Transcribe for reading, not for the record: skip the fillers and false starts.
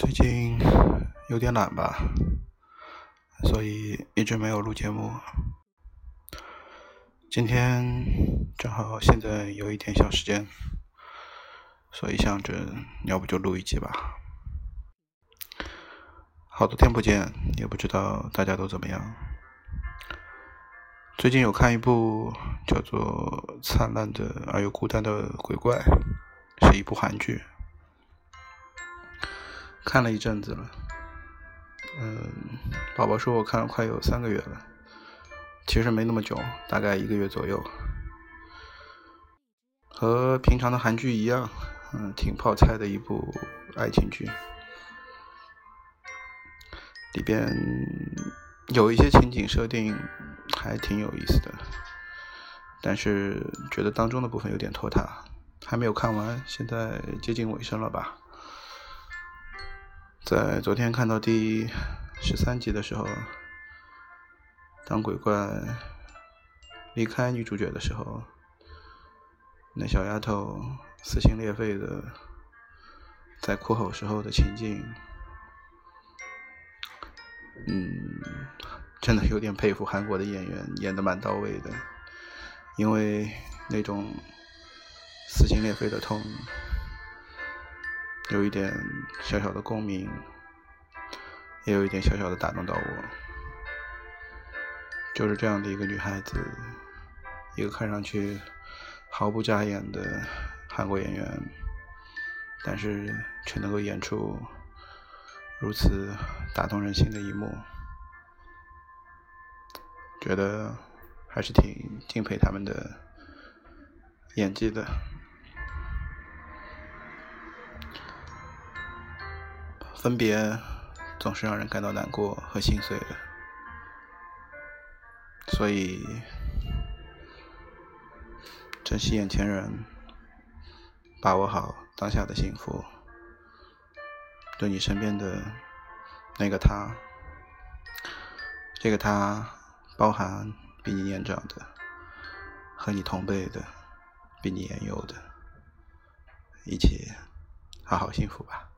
最近有点懒吧，所以一直没有录节目。今天正好现在有一点小时间，所以想着要不就录一集吧。好多天不见，也不知道大家都怎么样。最近有看一部叫做《灿烂的而又孤单的鬼怪》，是一部韩剧，看了一阵子了。宝宝说我看了快有3个月了，其实没那么久，大概1个月左右。和平常的韩剧一样，挺泡菜的一部爱情剧。里边有一些情景设定还挺有意思的，但是觉得当中的部分有点拖沓，还没有看完，现在接近尾声了吧。在昨天看到第13集的时候，当鬼怪离开女主角的时候，那小丫头撕心裂肺的在哭吼时候的情境，真的有点佩服韩国的演员，演得蛮到位的。因为那种撕心裂肺的痛，有一点小小的共鸣，也有一点小小的打动到我。就是这样的一个女孩子，一个看上去毫不扎眼的韩国演员，但是却能够演出如此打动人心的一幕，觉得还是挺敬佩他们的演技的。分别总是让人感到难过和心碎的，所以珍惜眼前人，把握好当下的幸福，对你身边的那个他，这个他包含比你年长的，和你同辈的，比你年幼的，一起好好幸福吧。